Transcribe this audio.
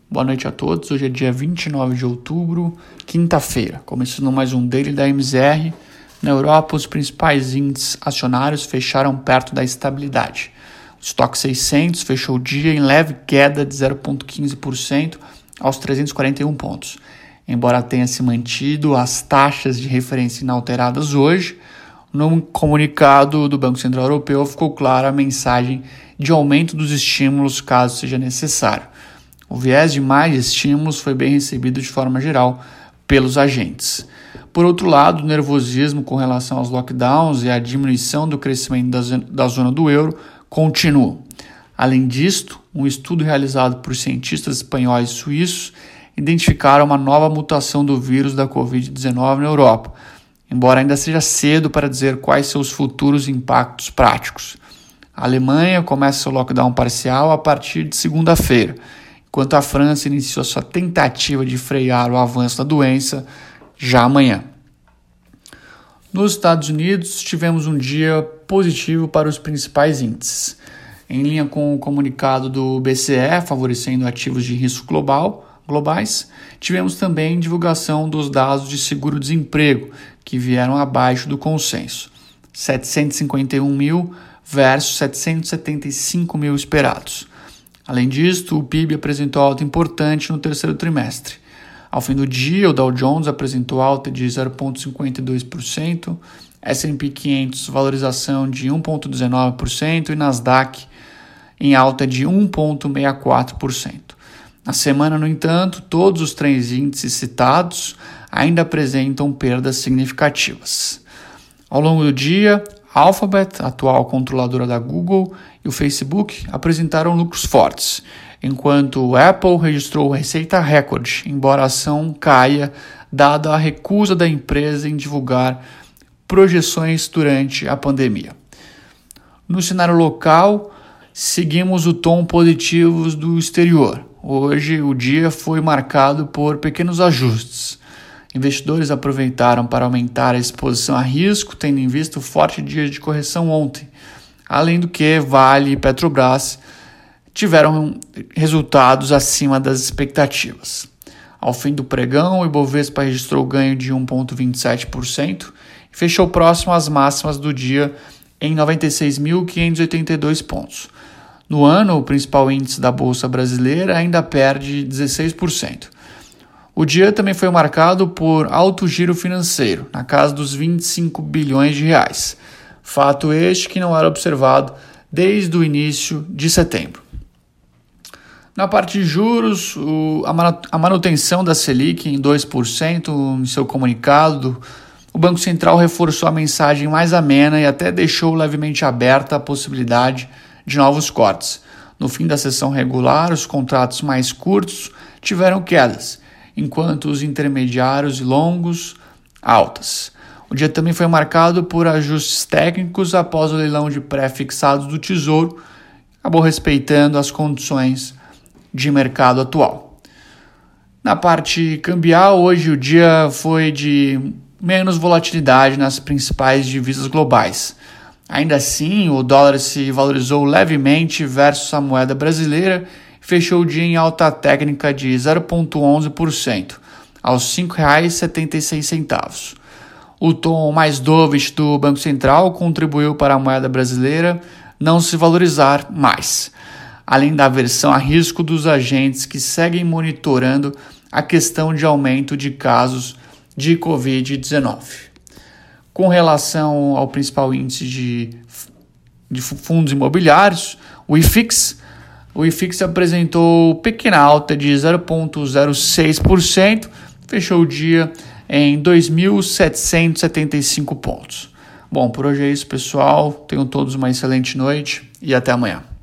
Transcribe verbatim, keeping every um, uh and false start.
Boa noite a todos. Hoje é dia vinte e nove de outubro, quinta-feira. Começando mais um Daily da M Z R. Na Europa, os principais índices acionários fecharam perto da estabilidade. O estoque seiscentos fechou o dia em leve queda de zero vírgula quinze por cento aos trezentos e quarenta e um pontos. Embora tenha se mantido as taxas de referência inalteradas hoje, no comunicado do Banco Central Europeu ficou clara a mensagem de aumento dos estímulos caso seja necessário. O viés de mais estímulos foi bem recebido de forma geral pelos agentes. Por outro lado, o nervosismo com relação aos lockdowns e a diminuição do crescimento da zona do euro continua. Além disto, um estudo realizado por cientistas espanhóis e suíços identificaram uma nova mutação do vírus da covid dezenove na Europa, embora ainda seja cedo para dizer quais são os futuros impactos práticos. A Alemanha começa seu lockdown parcial a partir de segunda-feira, enquanto a França iniciou sua tentativa de frear o avanço da doença já amanhã. Nos Estados Unidos, tivemos um dia positivo para os principais índices. Em linha com o comunicado do B C E, favorecendo ativos de risco global, globais, tivemos também divulgação dos dados de seguro-desemprego, que vieram abaixo do consenso, setecentos e cinquenta e um mil versus setecentos e setenta e cinco mil esperados. Além disso, o P I B apresentou alta importante no terceiro trimestre. Ao fim do dia, o Dow Jones apresentou alta de zero vírgula cinquenta e dois por cento, S and P quinhentos valorização de um vírgula dezenove por cento e Nasdaq em alta de um vírgula sessenta e quatro por cento. Na semana, no entanto, todos os três índices citados ainda apresentam perdas significativas. Ao longo do dia, a Alphabet, atual controladora da Google, e o Facebook apresentaram lucros fortes, enquanto o Apple registrou receita recorde, embora a ação caia, dada a recusa da empresa em divulgar projeções durante a pandemia. No cenário local, seguimos o tom positivo do exterior. Hoje, o dia foi marcado por pequenos ajustes. Investidores aproveitaram para aumentar a exposição a risco, tendo em vista o forte dia de correção ontem. Além do que, Vale e Petrobras tiveram resultados acima das expectativas. Ao fim do pregão, o Ibovespa registrou ganho de um vírgula vinte e sete por cento e fechou próximo às máximas do dia em noventa e seis mil quinhentos e oitenta e dois pontos. No ano, o principal índice da Bolsa Brasileira ainda perde dezesseis por cento. O dia também foi marcado por alto giro financeiro, na casa dos vinte e cinco bilhões de reais. Fato este que não era observado desde o início de setembro. Na parte de juros, o, a manutenção da Selic em dois por cento em seu comunicado, o Banco Central reforçou a mensagem mais amena e até deixou levemente aberta a possibilidade de novos cortes. No fim da sessão regular, os contratos mais curtos tiveram quedas, enquanto os intermediários e longos, altas. O dia também foi marcado por ajustes técnicos após o leilão de pré-fixados do Tesouro, acabou respeitando as condições de mercado atual. Na parte cambial, hoje o dia foi de menos volatilidade nas principais divisas globais. Ainda assim, o dólar se valorizou levemente versus a moeda brasileira e fechou o dia em alta técnica de zero vírgula onze por cento, aos cinco reais e setenta e seis centavos. O tom mais dovish do Banco Central contribuiu para a moeda brasileira não se valorizar mais, além da aversão a risco dos agentes que seguem monitorando a questão de aumento de casos de covid dezenove. Com relação ao principal índice de, de fundos imobiliários, o I F I X, o I F I X apresentou pequena alta de zero vírgula zero seis por cento, fechou o dia em dois mil setecentos e setenta e cinco pontos. Bom, por hoje é isso, pessoal. Tenham todos uma excelente noite e até amanhã.